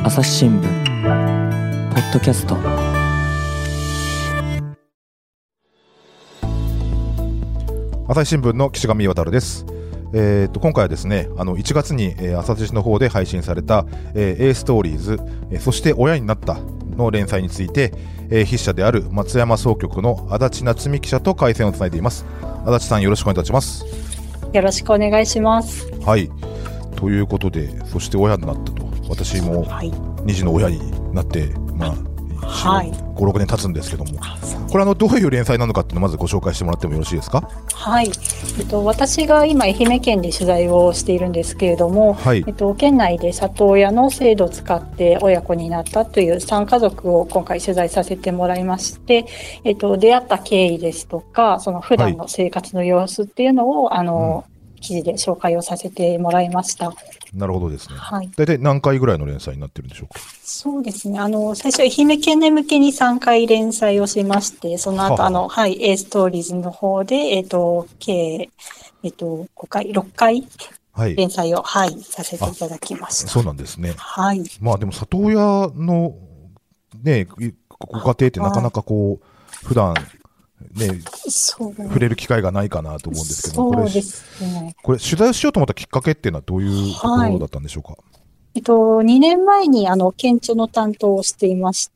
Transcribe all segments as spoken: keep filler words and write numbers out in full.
朝日新聞ポッドキャスト。 朝日新聞の岸上渉です。えー、と今回はですね、あのいちがつに、えー、朝日の方で配信された、えー、A ストーリーズ、えー、そして親になったの連載について、えー、筆者である松山総局の足立夏美記者と回線をつないでいます。足立さん、よろしくお願いいたします。 よろしくお願いします。 はい、ということで、そして親になったと、私もに児の親になって、まあはい、 ご、ろくねん経つんですけども、これあのどういう連載なのかっていうのをまずご紹介してもらってもよろしいですか？ はい、えっと、私が今愛媛県で取材をしているんですけれども、 はい、 えっと、県内で里親の制度を使って親子になったというさん家族を今回取材させてもらいまして、えっと、出会った経緯ですとか、その普段の生活の様子っていうのを、はい、あの、うん記事で紹介をさせてもらいました。 なるほどですね。 はい、 大体何回ぐらいの連載になってるんでしょうか？ そうですね。あの、最初、愛媛県内向けにさんかい連載をしまして、その後、あの、はい、A ストーリーズの方で、えっと、計、えっと、ごかい、ろっかい、連載を、はい、はい、させていただきました。 そうなんですね。 はい。 まあでも、里親の、ね、ご家庭ってなかなかこう、普段、ね、触れる機会がないかなと思うんですけど、 そうですね、 これ、これ取材をしようと思ったきっかけっていうのはどういうところだったんでしょうか？はい、 えっと、にねんまえにあの県庁の担当をしていまして、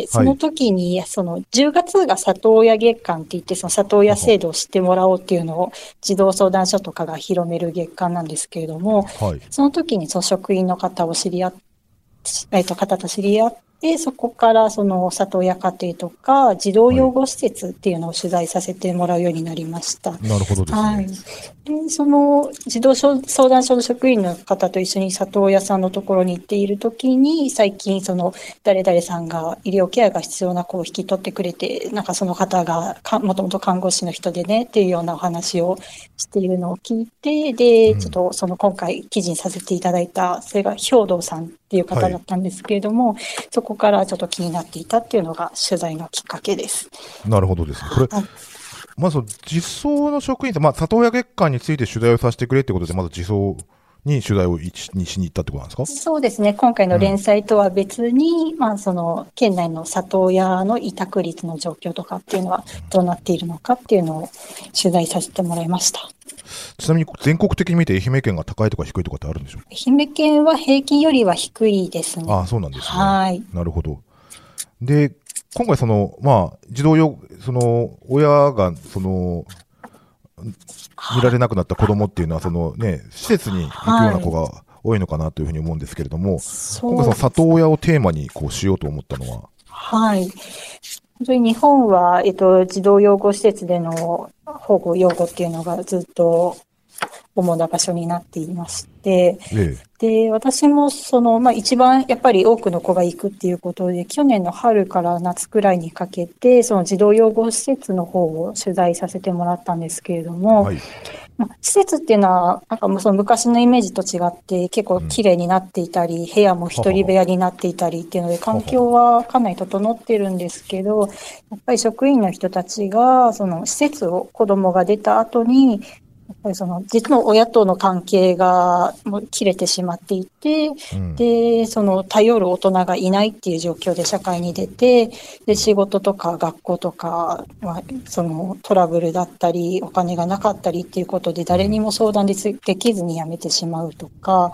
その時に、そのじゅうがつが里親月間って言って、その里親制度を知ってもらおうっていうのを児童相談所とかが広める月間なんですけれども、はい、その時にその職員の方を知り合っ、えっと、方と知り合って、でそこからその里親家庭とか児童養護施設っていうのを取材させてもらうようになりました。 はい、なるほどですね。はい、 でその児童相談所の職員の方と一緒に里親さんのところに行っているときに、最近その誰々さんが医療ケアが必要な子を引き取ってくれて、なんかその方がもともと看護師の人でねっていうようなお話をしているのを聞いて、で、うん、ちょっとその今回記事にさせていただいた、それが兵藤さんっていう方だったんですけれども、はい、そこからちょっと気になっていたっていうのが取材のきっかけです。 なるほどですね。これ、はい、まず実相の職員さん、まあ、里親月間について取材をさせてくれってことで、まず実相に取材をにしに行ったってことなんですか？ そうですね。今回の連載とは別に、うん、まあその県内の里親の委託率の状況とかっていうのはどうなっているのかっていうのを取材させてもらいました。 ちなみに全国的に見て愛媛県が高いとか低いとかってあるんでしょうか？ 愛媛県は平均よりは低いですね。 ああ、そうなんですね。 はい。 なるほど。で、今回その、まあ、児童養、その、親が、その、見られなくなった子供っていうのは、そのね、施設に行くような子が多いのかなというふうに思うんですけれども、はい、今回その里親をテーマにこうしようと思ったのは？ はい。本当に日本は、えっと、児童養護施設での保護養護っていうのがずっと主な場所になっていまして、ええ、で、私もその、まあ一番やっぱり多くの子が行くっていうことで、去年の春から夏くらいにかけて、その児童養護施設の方を取材させてもらったんですけれども、はい、まあ、施設っていうのは、なんかもうその昔のイメージと違って結構綺麗になっていたり、うん、部屋も一人部屋になっていたりっていうので、環境はかなり整ってるんですけど、やっぱり職員の人たちが、その施設を子供が出た後に、やっぱりその実の親との関係がもう切れてしまっていて、うん、で、その頼る大人がいないっていう状況で社会に出て、で、仕事とか学校とか、まあ、そのトラブルだったり、お金がなかったりっていうことで誰にも相談できずに辞めてしまうとか、はい、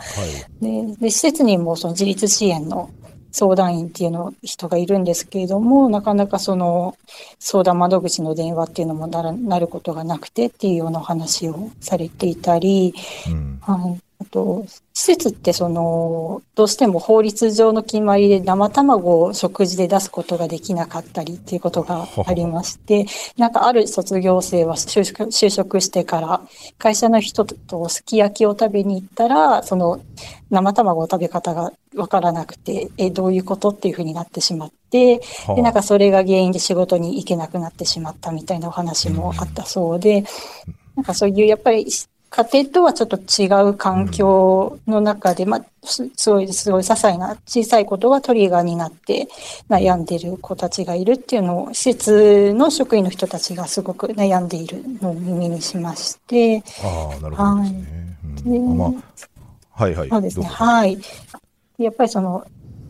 で、で施設にもその自立支援の相談員っていうの人がいるんですけれども、なかなかその相談窓口の電話っていうのもならなることがなくてっていうようなお話をされていたり、うん、はい、あと施設ってそのどうしても法律上の決まりで生卵を食事で出すことができなかったりっていうことがありまして、なんかある卒業生は就職、就職してから会社の人とすき焼きを食べに行ったら、その生卵の食べ方がわからなくて、え、どういうことっていうふうになってしまって、で、なんかそれが原因で仕事に行けなくなってしまったみたいなお話もあったそうで、なんかそういうやっぱり家庭とはちょっと違う環境の中で、まあ、すごい、すごい些細な小さいことがトリガーになって悩んでいる子たちがいるっていうのを、施設の職員の人たちがすごく悩んでいるのを耳にしまして。 ああ、なるほどですね。はい、うん、まあ、はいはい。 そうですね。はい。やっぱりその、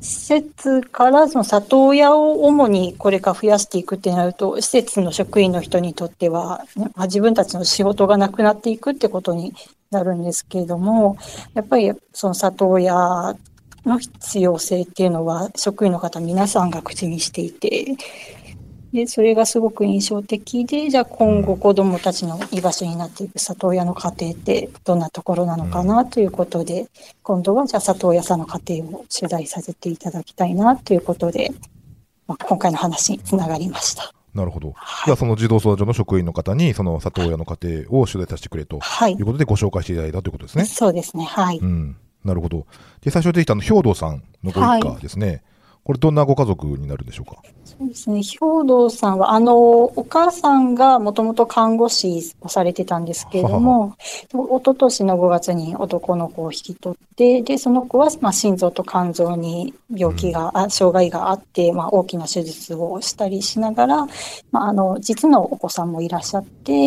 施設からその里親を主にこれから増やしていくってなると、施設の職員の人にとっては、まあ、自分たちの仕事がなくなっていくってことになるんですけれども、やっぱりその里親の必要性っていうのは職員の方皆さんが口にしていて、でそれがすごく印象的で、じゃあ今後子どもたちの居場所になっていく里親の家庭ってどんなところなのかなということで、今度はじゃあ里親さんの家庭を取材させていただきたいなということで、まあ、今回の話につながりました。 なるほど。はい、じゃあその児童相談所の職員の方にその里親の家庭を取材させてくれということでご紹介していただいたということですね。はい、 そうですね。はい。 うん、なるほど。で最初出てきたの兵藤さんのご一家ですね。はい、これどんなご家族になるんでしょうか。 そうですね。兵藤さんは、あの、お母さんがもともと看護師をされてたんですけれども、一昨年のごがつに男の子を引き取って、で、その子は、まあ、心臓と肝臓に病気が、うん、障害があって、まあ、大きな手術をしたりしながら、まあ、あの、実のお子さんもいらっしゃって、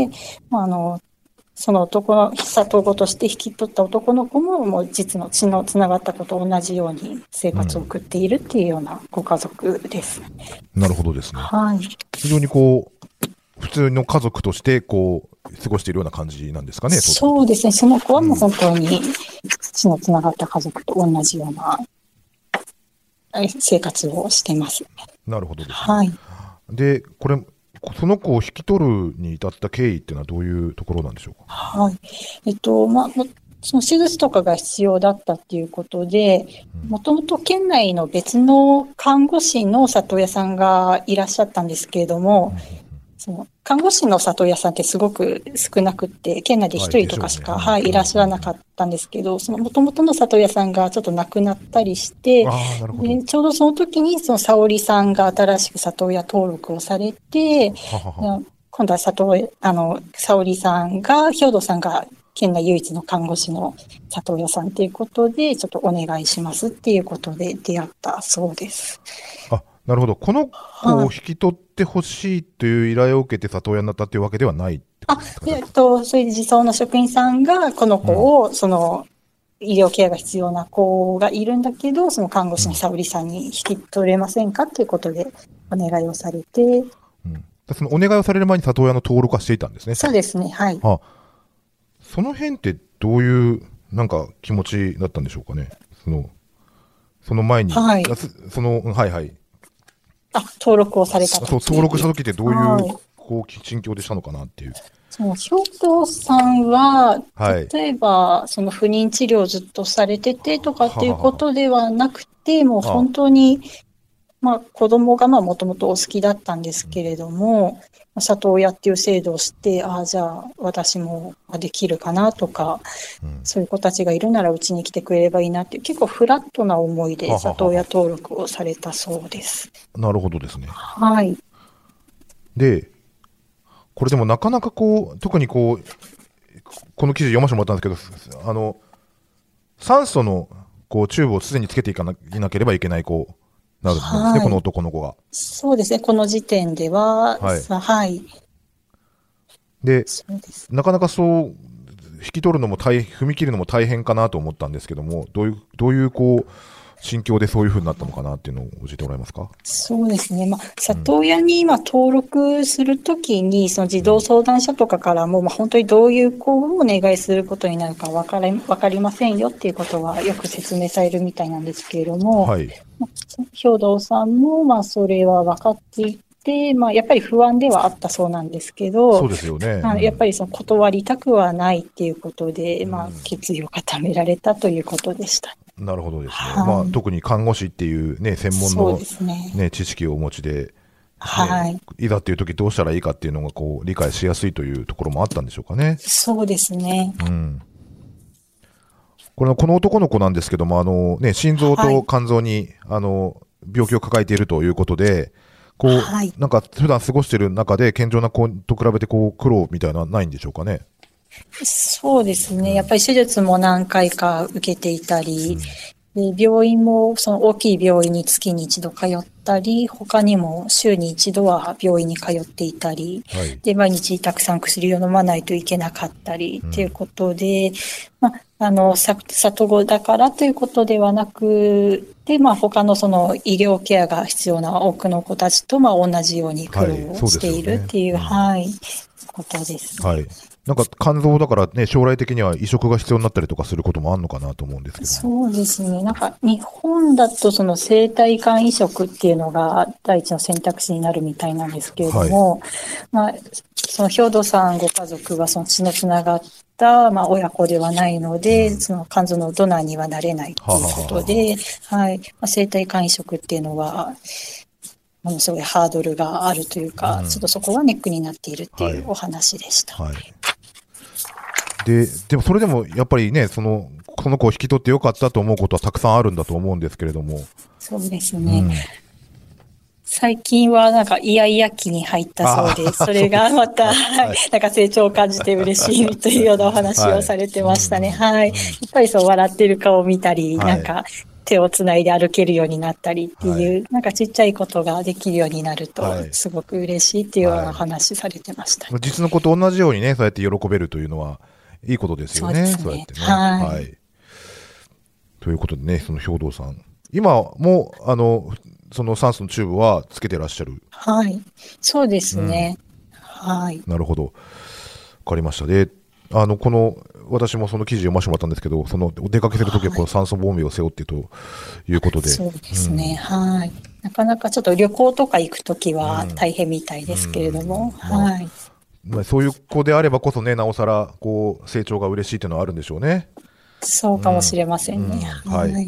まあ、あの、その男の里子として引き取った男の子も、もう実の血のつながった子と同じように生活を送っているっていうようなご家族です。 うん、なるほどですね。 はい。 非常にこう、普通の家族としてこう、過ごしているような感じなんですかね。 そうですね。その子はもう本当に血のつながった家族と同じような生活をしてます。 なるほどですね。 はい。 で、これ、その子を引き取るに至った経緯っていうのはどういうところなんでしょうか。 はい。えっと、まあ、その手術とかが必要だったっていうことで、もともと県内の別の看護師の里親さんがいらっしゃったんですけれども、うんその看護師の里親さんってすごく少なくって、県内で一人とかしか、はい、はい、いらっしゃらなかったんですけど、その元々の里親さんがちょっと亡くなったりして、でちょうどその時にその沙織さんが新しく里親登録をされて、ははは今度は里親、あの、沙織さんが、兵藤さんが県内唯一の看護師の里親さんということで、ちょっとお願いしますっていうことで出会ったそうです。 あ、なるほど。この子を引き取ってほしいという依頼を受けて里親になったというわけではないってことですか。 あ、えっと、それで児相の職員さんがこの子を、うん、その、医療ケアが必要な子がいるんだけど、その看護師の沙織さんに引き取れませんかということでお願いをされて、うん、 そのお願いをされる前に里親の登録はしていたんですね。 そうですね。はい。 あ、その辺ってどういうなんか気持ちだったんでしょうかね。そのその前に、はい、そのはいはい。 あ、登録をされたと。 そう、登録した時ってどういう、はい、こう心境でしたのかなっていう。 その兵藤さんは、はい、例えばその不妊治療をずっとされててとかっていうことではなくて、はははもう本当に。まあ、子供がまあもともとお好きだったんですけれども、うん、里親っていう制度を知って、ああ、じゃあ私もできるかなとか、うん、そういう子たちがいるならうちに来てくれればいいなっていう、結構フラットな思いで里親登録をされたそうです。 はははなるほどですね。 はい。 で、これでもなかなかこう、特にこう、この記事読ませてもらったんですけど、あの、酸素のこうチューブを常につけていか な, いなければいけない子、なるんですね、はい、この男の子が。 そうですね、この時点では、はい。はい、 で、なかなかそう、引き取るのも大、踏み切るのも大変かなと思ったんですけども、どういう、どういうこう、心境でそういう風になったのかなっていうのを教えてもらえますか。 そうですね。まあ、里親に今登録するときに、その児童相談所とかからも、まあ、本当にどういう子をお願いすることになるか分かり、分かりませんよっていうことはよく説明されるみたいなんですけれども、はい。兵藤さんも、まあ、それは分かっていて、まあ、やっぱり不安ではあったそうなんですけど、 そうですよね。 まあ、やっぱりその断りたくはないっていうことで、うん、まあ、決意を固められたということでした。 なるほどですね。はい、まあ、特に看護師っていう、ね、専門の、ねね、知識をお持ちで、ね、はい、いざっていう時どうしたらいいかっていうのがこう理解しやすいというところもあったんでしょうかね。 そうですね。 うん、これこの男の子なんですけども、あの、ね、心臓と肝臓に、はい、あの病気を抱えているということで、こう、はい、なんか普段過ごしている中で健常な子と比べてこう苦労みたいなのはないんでしょうかね。 そうですね。やっぱり手術も何回か受けていたり、 で、病院もその大きい病院に月に一度通ったり、他にも週に一度は病院に通っていたり、はい、で、毎日たくさん薬を飲まないといけなかったり、と、うん、いうことで、まあ、あの、里子だからということではなく、で、まあ、他のその医療ケアが必要な多くの子たちと、まあ、同じように苦労をしているっていう、はい、はい、ことです、ね。はい。 なんか肝臓だからね、将来的には移植が必要になったりとかすることもあるのかなと思うんですけど。 そうですね。なんか日本だとその生体肝移植っていうのが第一の選択肢になるみたいなんですけれども、はい、まあ、その兵藤さんご家族はその血のつながったまあ親子ではないので、うん、その肝臓のドナーにはなれないということで、はい、まあ、生体肝移植っていうのは、ものすごいハードルがあるというか、うん、ちょっとそこはネックになっているっていうお話でした。はいはい、 で, でもそれでもやっぱりね、そのこの子を引き取ってよかったと思うことはたくさんあるんだと思うんですけれども。 そうですね。うん、最近はなんかイヤイヤ期に入ったそうで、それがまた、はい、なんか成長を感じて嬉しいというようなお話をされてましたね。はい。はい、やっぱりそう笑ってる顔を見たり、はい、なんか手をつないで歩けるようになったりっていう、はい、なんかちっちゃいことができるようになると、すごく嬉しいっていうような話されてました。 はいはい、実の子と同じようにね、そうやって喜べるというのは、いいことですよね。そうですね。そうやってね。はい。はい。ということでね、その兵藤さん。今も、あの、その酸素のチューブはつけてらっしゃる。 はい。そうですね。うん、はい。 なるほど。わかりました。で、あの、この、私もその記事読ませてもらったんですけど、そのお出かけするときはこの酸素ボンベを背負ってということで。 そうですね。うん、はい。なかなかちょっと旅行とか行くときは大変みたいですけれども、うんうん、はい。 まあ、そういう子であればこそね、なおさらこう成長が嬉しいというのはあるんでしょうね。 そうかもしれませんね。うんうん、はい。はい、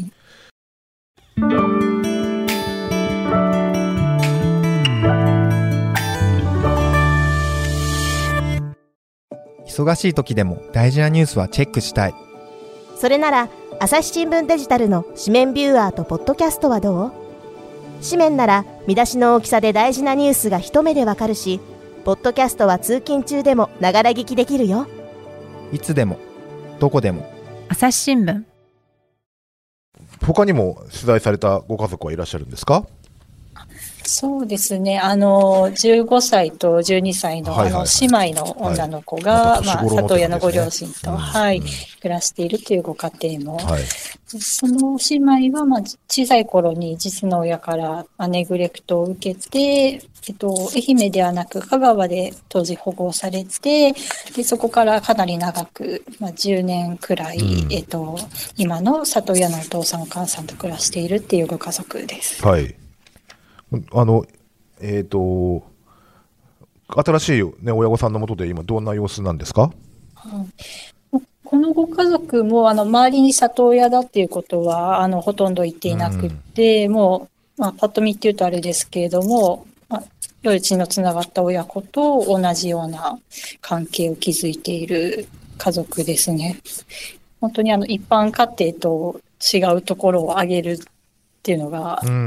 忙しい時でも大事なニュースはチェックしたい。 それなら朝日新聞デジタルの紙面ビューアーとポッドキャストはどう？紙面なら見出しの大きさで大事なニュースが一目でわかるし、ポッドキャストは通勤中でもながら聞きできるよ。 いつでもどこでも朝日新聞。 他にも取材されたご家族はいらっしゃるんですか？ そうですね。あの、じゅうごさいとじゅうにさいの、はいはいはい、あの、姉妹の女の子が、はい、まあ、里親のご両親と、うん、はい、うん、暮らしているというご家庭も、はい、その姉妹は、まあ、小さい頃に実の親からネグレクトを受けて、えっと、愛媛ではなく香川で当時保護されて、で、そこからかなり長く、まあ、じゅうねんくらい、うん、えっと、今の里親のお父さんお母さんと暮らしているっていうご家族です。 はい。あの、えっと、新しい、ね、親御さんのもとで今どんな様子なんですか？ うん、このご家族も、あの、周りに里親だっていうことは、あの、ほとんど言っていなくて、うん、もう、まあ、パッと見って言うとあれですけれども、まあ、良い血のつながった親子と同じような関係を築いている家族ですね。本当にあの、一般家庭と違うところを挙げるっていうのが、うんうんうん、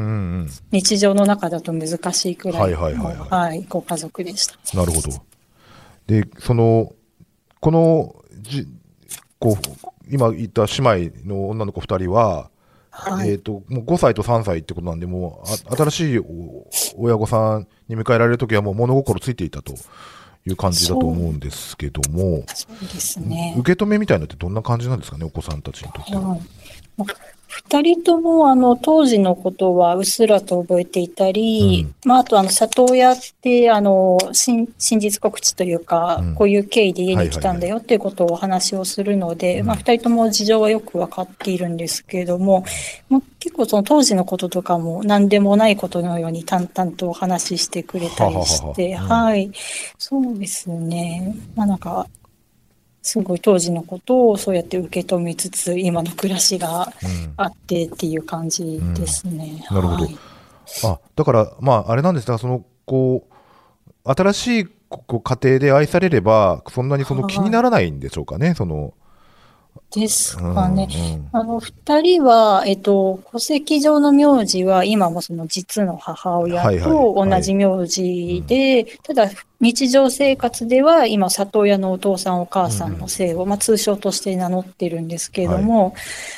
日常の中だと難しいくらいの、はいはいはいはいはい、ご家族でした。 なるほど。で、その、この、じこう今言った姉妹の女の子ふたりは、はい、えーと、もうごさいとさんさいってことなんで、もうあ新しい親御さんに迎えられるときはもう物心ついていたという感じだと思うんですけども、 そうですね、 受け止めみたいなのってどんな感じなんですかね、お子さんたちにとっては。はい二人ともあの当時のことはうっすらと覚えていたり、うん、まああとあの里親ってあの真実告知というか、うん、こういう経緯で家に来たんだよっていうことをお話をするので、はいはいはい、まあ二人とも事情はよくわかっているんですけれども、まあ、結構その当時のこととかも何でもないことのように淡々とお話ししてくれたりして、はははは、はい、そうですね。まあなんか。すごい当時のことをそうやって受け止めつつ今の暮らしがあってっていう感じですね。 うんうん、なるほど。はい、あ、だからまああれなんですが、そのこう新しいこう家庭で愛されればそんなにその気にならないんでしょうかね。そのですかね。うんうん、あの、二人は、えっと、戸籍上の名字は今もその実の母親と同じ名字で、はいはいはい、ただ日常生活では今里親のお父さんお母さんの姓を、うん、まあ通称として名乗ってるんですけれども、はい、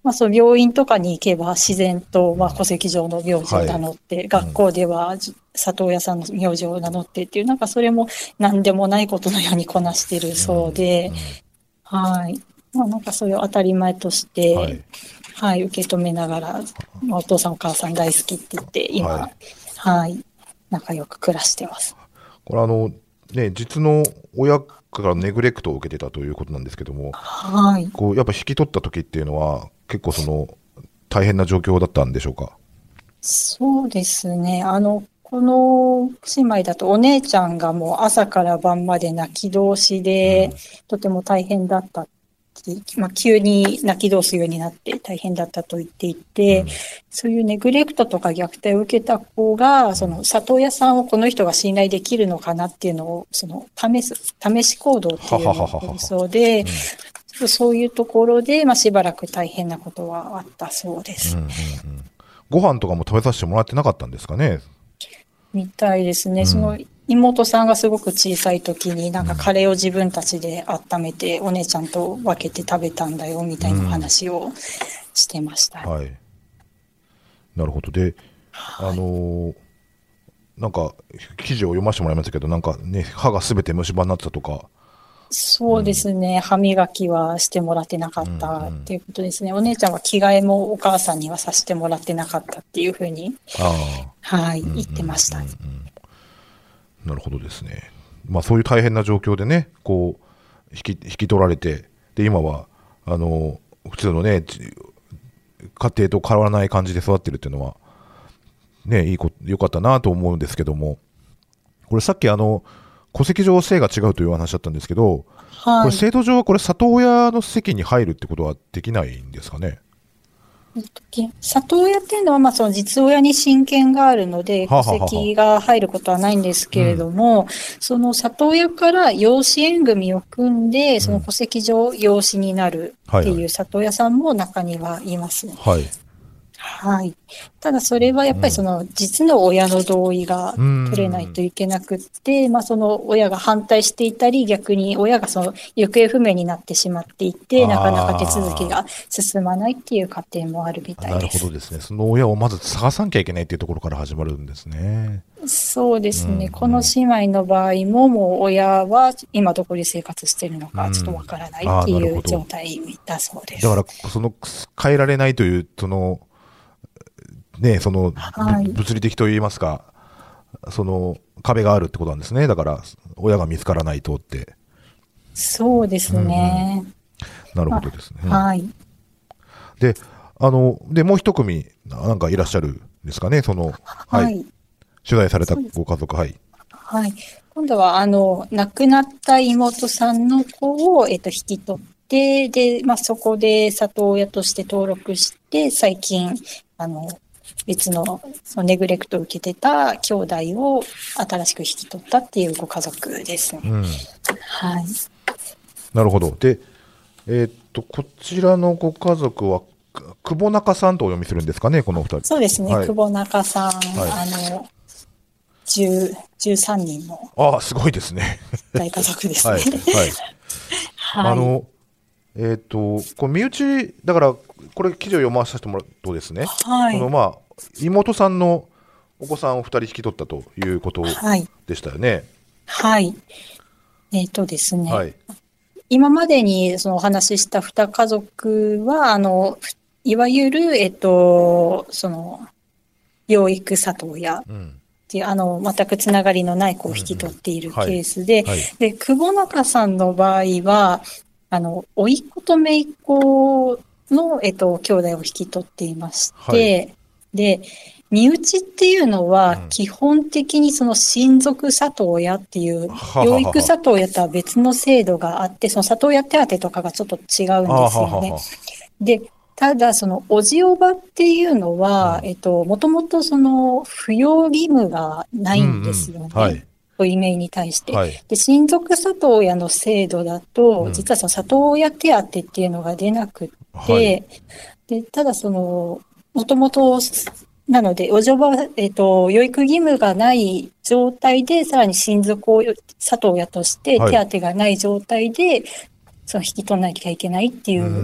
まあ、その病院とかに行けば自然と、まあ、戸籍上の名字を名乗って、はい、学校では里親さんの名字を名乗ってっていう、なんかそれも何でもないことのようにこなしてるそうで、うんうん、はい。まあ、なんかそれを当たり前として、はい、はい、受け止めながら、お父さんお母さん大好きって言って、今、はい、はい、仲良く暮らしてます。 これあの、ね、実の親からネグレクトを受けてたということなんですけども、 はい、 こうやっぱ引き取った時っていうのは結構その大変な状況だったんでしょうか？ そうですね。あのこの姉妹だとお姉ちゃんがもう朝から晩まで泣き通しで、うん、とても大変だったって、まあ、急に泣き通すようになって大変だったと言っていて、うん、そういうネグレクトとか虐待を受けた子が、その里親さんをこの人が信頼できるのかなっていうのをその試す試し行動っていうのを取るそうで、うん、そういうところで、まあ、しばらく大変なことはあったそうです。 うんうんうん、ご飯とかも食べさせてもらってなかったんですかね？ みたいですね、うん、その妹さんがすごく小さい時になんかカレーを自分たちで温めて、うん、お姉ちゃんと分けて食べたんだよみたいな話をしてました、 うん、はい、なるほど。で、はい、あのー、なんか記事を読ませてもらいましたけど、なんかね、歯がすべて虫歯になってたとか。 そうですね、うん、歯磨きはしてもらってなかったっていうことですね、うんうん、お姉ちゃんは着替えもお母さんにはさせてもらってなかったっていうふうに、はい、言ってました。うんうんうんうん、 なるほどですね。まあそういう大変な状況でね、こう引き、引き取られて、で今はあの普通のね家庭と変わらない感じで育ってるっていうのはね、いいこ良かったなと思うんですけども、これさっきあの戸籍上性が違うという話だったんですけど、はい、これ制度上はこれ里親の席に入るってことはできないんですかね？ 里親っていうのは、まあ、その実親に親権があるので、戸籍が入ることはないんですけれども、うん、その里親から養子縁組を組んで、その戸籍上養子になるっていう里親さんも中にはいますね。 はい。 はい。ただそれはやっぱりその実の親の同意が取れないといけなくって、まあその親が反対していたり、逆に親がその行方不明になってしまっていて、なかなか手続きが進まないっていう過程もあるみたいです。 なるほどですね。その親をまず探さなきゃいけないっていうところから始まるんですね。 そうですね。うんうん、この姉妹の場合も、もう親は今どこで生活しているのかちょっとわからないっていう状態だそうです。 だからその変えられないというそのね、その、はい、物理的といいますか、その壁があるってことなんですね。だから親が見つからないとって。 そうですね。うんうん、 なるほどですね。 はい。 で、あのでもう一組なんかいらっしゃるんですかね。その、はい、はい、取材されたご家族、はい。 はい。今度はあの亡くなった妹さんの子をえっと引き取って、で、まあそこで里親として登録して、最近あの別のそのネグレクトを受けてた兄弟を新しく引き取ったっていうご家族ですね。うん、はい。 なるほど。で、えー、っとこちらのご家族は久保中さんとお読みするんですかね、このお二人。 そうですね。はい、久保中さん、はい、あのじゅう、じゅうさんにんの。 ああ、すごいですね。 大家族ですね。はい。 はいはい、あのえー、っとこれ身内だからこれ記事を読ませてもらうとですね。はい。このまあ妹さんのお子さんをふたり引き取ったということでしたよね。 はい。はい、えっ、ー、とですね、はい、今までにそのお話ししたに家族は、あの、いわゆる、えっ、ー、と、その、養育里親っていう、うん、あの、全くつながりのない子を引き取っているケースで、うんうんはいはい、で、久保中さんの場合は、あの、甥っ子と姪っ子の、えっ、ー、と、兄弟を引き取っていまして、はいで、身内っていうのは、基本的にその親族里親っていう、養育里親とは別の制度があって、その里親手当とかがちょっと違うんですよね。で、ただそのおじおばっていうのは、えっと、もともとその扶養義務がないんですよね。うんうんはい、おいめいに対して、はい。で、親族里親の制度だと、実はその里親手当っていうのが出なくって、はい、で、ただその、もともと、なので、おじおば、えっと、養育義務がない状態で、さらに親族を里親として手当がない状態で、はい、その引き取らなきゃいけないっていう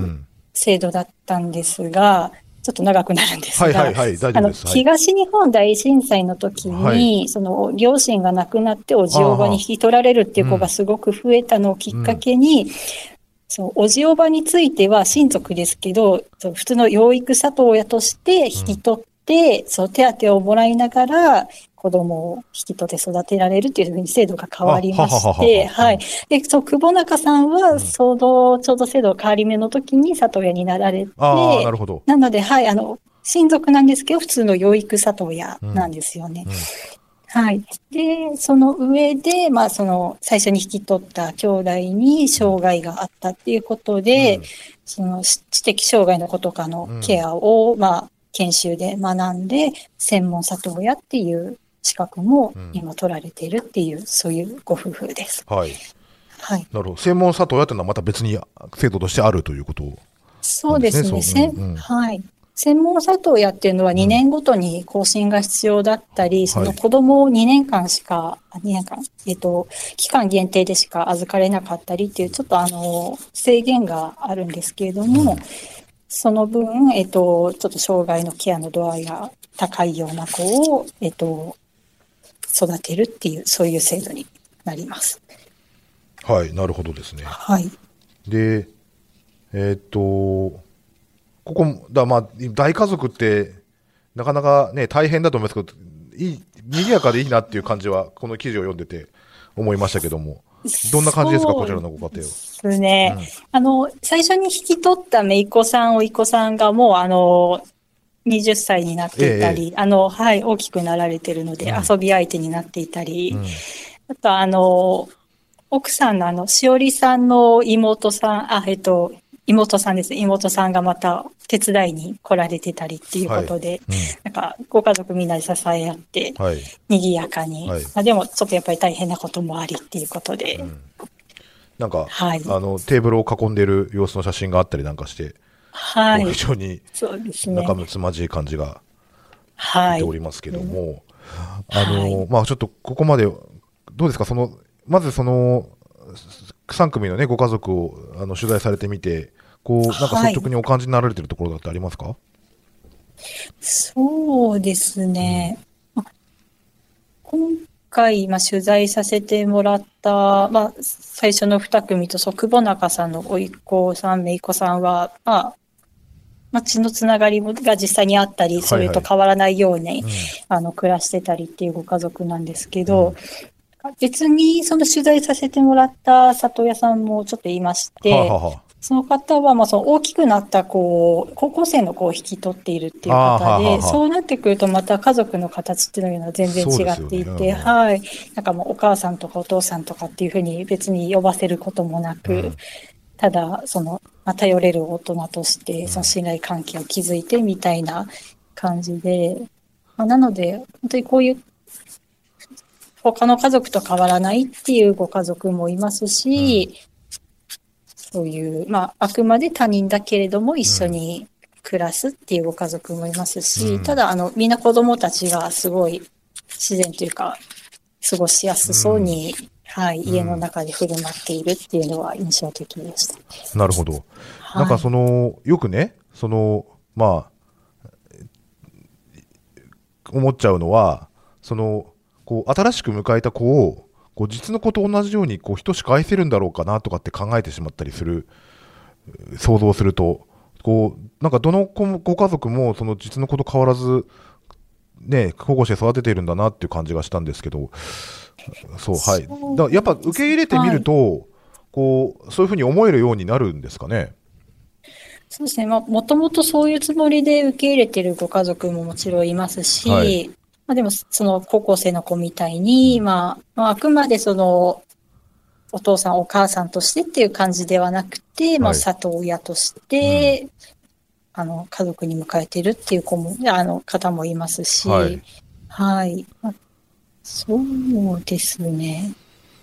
制度だったんですが、ちょっと長くなるんですが、 はいはいはい、大丈夫です。 あの、東日本大震災の時に、はい、その、両親が亡くなっておじおばに引き取られるっていう子がすごく増えたのをきっかけに、うん、そう、おじおばについては親族ですけど、普通の養育里親として引き取って、うん、そう、手当をもらいながら、子供を引き取って育てられるっていうふうに制度が変わりまして、はい。で、そう、久保中さんは、その、ちょうど制度変わり目の時に里親になられて、 ああ、なるほど。 なので、はい、あの、親族なんですけど、普通の養育里親なんですよね。うんうん、はい。で、その上で、まあ、その、最初に引き取った兄弟に障害があったっていうことで、うん、その、知的障害の子とかのケアを、うん、まあ、研修で学んで、専門里親っていう資格も今取られているっていう、うん、そういうご夫婦です。 はい。 はい。 なるほど。専門里親というのはまた別に制度としてあるということなんですね。 そうですね。うんうん、はい。専門里親っていうのはにねんごとに更新が必要だったり、うん、その子供をにねんかんしか、はい、にねんかん、えっと、期間限定でしか預かれなかったりっていう、ちょっとあの、制限があるんですけれども、うん、その分、えっと、ちょっと障害のケアの度合いが高いような子を、えっと、育てるっていう、そういう制度になります。 はい、なるほどですね。 はい。で、 えー、っと、ここだ、まあ、大家族ってなかなかね大変だと思いますけど、いい賑やかでいいなっていう感じはこの記事を読んでて思いましたけども、どんな感じですか、こちらのご家庭は。 ですね、うん、あの最初に引き取った姪っ子さん、甥っ子さんがもうあのはたちになっていたり、ええ、あのはい大きくなられているので、うん、遊び相手になっていたり、うん、あとあの奥さんのあのしおりさんの妹さん、あえっと妹さんです。妹さんがまた手伝いに来られてたりっていうことで、はいうん、なんかご家族みんなで支え合って、はい、賑やかに、はい、まあ、でもちょっとやっぱり大変なこともありっていうことで、うん、 なんか、はい、あのテーブルを囲んでいる様子の写真があったりなんかして、はい、非常に仲睦まじい感じが出ておりますけども、はい、あの、はい、まあちょっとここまでどうですか、そのまずそのさん組のねご家族をあの取材されてみて、こうなんか率直にお感じになられているところだってありますか？はい、 そうですね、うん、今回、まあ、取材させてもらった、まあ、最初のに組と久保中さんの甥っ子さん姪っ子さんは、まあまあ、血のつながりが実際にあったり、それと変わらないように、はいはい、あの暮らしてたりっていうご家族なんですけど、うん、別にその取材させてもらった里親さんもちょっといまして、はあはあ、その方はまあその大きくなった子を高校生の子を引き取っているっていう方で、はあはあ、そうなってくるとまた家族の形っていうのは全然違っていて、ね、はい、なんかもうお母さんとかお父さんとかっていうふうに別に呼ばせることもなく、うん、ただその、まあ、頼れる大人としてその信頼関係を築いてみたいな感じで、まあ、なので本当にこういう他の家族と変わらないっていうご家族もいますし、うん、そういう、まあ、あくまで他人だけれども一緒に暮らすっていうご家族もいますし、うん、ただ、あの、みんな子供たちがすごい自然というか、過ごしやすそうに、うん、はい、家の中で振る舞っているっていうのは印象的でした。 うん、なるほど。はい、なんかその、よくね、その、まあ、思っちゃうのは、その、こう新しく迎えた子をこう実の子と同じようにこう等しく愛せるんだろうかなとかって考えてしまったりする、想像するとこうなんかどの子もご家族もその実の子と変わらず、ね、保護して育てているんだなっていう感じがしたんですけど、そう、はい、だからやっぱ受け入れてみると、はい、こうそういうふうに思えるようになるんですかね。 そうですね、まあ、もともとそういうつもりで受け入れているご家族ももちろんいますし、はい、まあ、でも、その高校生の子みたいに、まあ、まあ、あくまでその、お父さんお母さんとしてっていう感じではなくて、はい、まあ、里親として、うん、あの、家族に迎えてるっていう子も、あの、方もいますし、はい。はい。まあ、そうですね。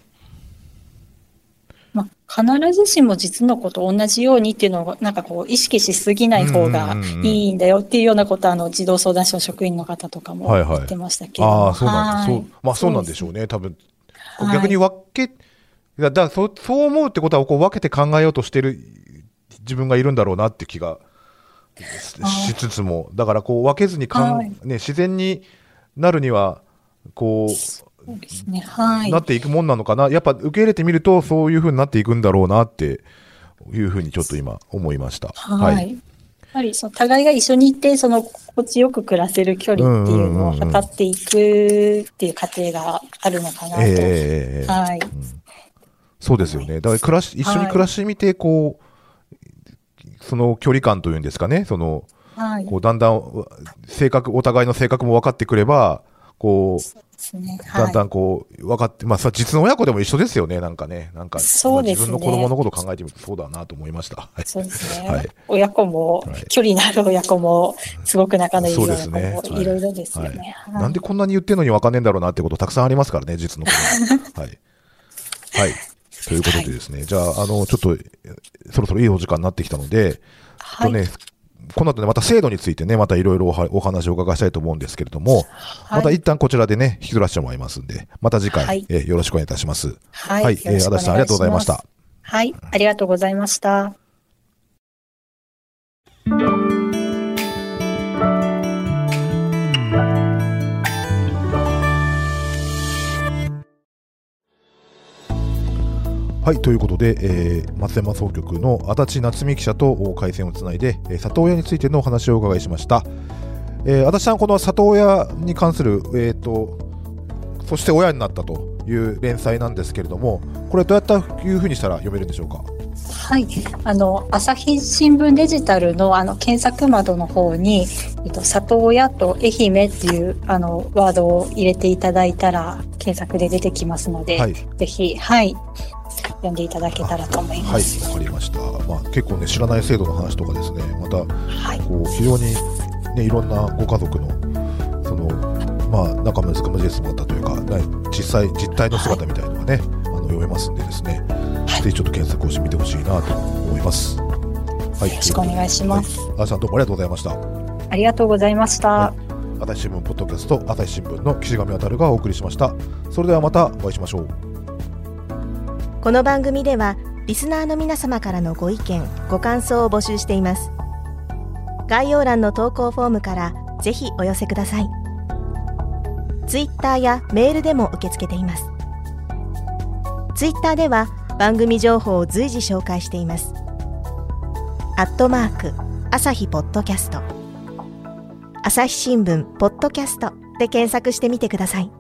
まあ、必ずしも実の子と同じようにっていうのをなんかこう意識しすぎない方がいいんだよっていうようなことは、あの児童相談所職員の方とかも言ってましたけど、 はいはい、ああそうなんだ、はい、そうまあそうなんでしょうね、多分逆に分け、はい、だそうそう思うってことはこう分けて考えようとしてる自分がいるんだろうなって気がしつつも、だからこう分けずにかん、ね、自然になるにはこう、 そうですね、はい、 なっていくもんなのかな、やっぱ受け入れてみるとそういう風になっていくんだろうなっていう風にちょっと今思いました。 はい、はい、やっぱりその互いが一緒にいてその心地よく暮らせる距離っていうのを測っていくっていう過程があるのかなと、えーはいうん、 そうですよね。だから暮らし一緒に暮らしてみてこう、はい、その距離感というんですかね、その、はい、こうだんだん性格お互いの性格も分かってくればこうねはい、だんだんこう分かって、まあ、実の親子でも一緒ですよね、なんかね、なんかそうですね、 自分の子供のことを考えてみるとそうだなと思いました。 そうですね、はい、親子も、はい、距離のある親子もすごく仲のいい親子もいろいろですよね。はいはい、 なんでこんなに言ってるのに分かんねえんだろうなってことたくさんありますからね、実の子供はい、はい、ということでですね、はい、じゃあ、あのちょっとそろそろいいお時間になってきたので、はい、とねこの後ね、また制度についてね、またいろいろお話をお伺いしたいと思うんですけれども、はい、また一旦こちらでね、引きずらせてもらいますんで、また次回、はい、えー、よろしくお願いいたします。 はい。はい、 えー、足立さんありがとうございました。 はい、ありがとうございました。 はい、ということで、えー、松山総局の足立夏美記者と回線をつないで、えー、里親についてのお話をお伺いしました。えー、足立さん、この里親に関する、えーと、そして親になったという連載なんですけれども、これどうやったいうふうにしたら読めるんでしょうか。 はい、あの朝日新聞デジタル の, あの検索窓の方に、えっと、里親と愛媛っていうあのワードを入れていただいたら検索で出てきますので、はい、ぜひ、はい、読んでいただけたらと思います。 はい、わかりました。まあ、結構ね、知らない制度の話とかですね、また、はい、こう非常に、ね、いろんなご家族のその、まあ、仲睦まじい姿というか、実際実態の姿みたいなのがね、はい、あの読めますんでですね、はい、ぜひちょっと検索をしてみてほしいなと思います。はい、 よろしくお願いします。 あさん、どうもありがとうございました。 ありがとうございました。はい、 朝日新聞ポッドキャスト、朝日新聞の岸上渉がお送りしました。それではまたお会いしましょう。 この番組ではリスナーの皆様からのご意見ご感想を募集しています。概要欄の投稿フォームからぜひお寄せください。ツイッターやメールでも受け付けています。ツイッターでは番組情報を随時紹介しています。アットマーク朝日ポッドキャスト、朝日新聞ポッドキャストで検索してみてください。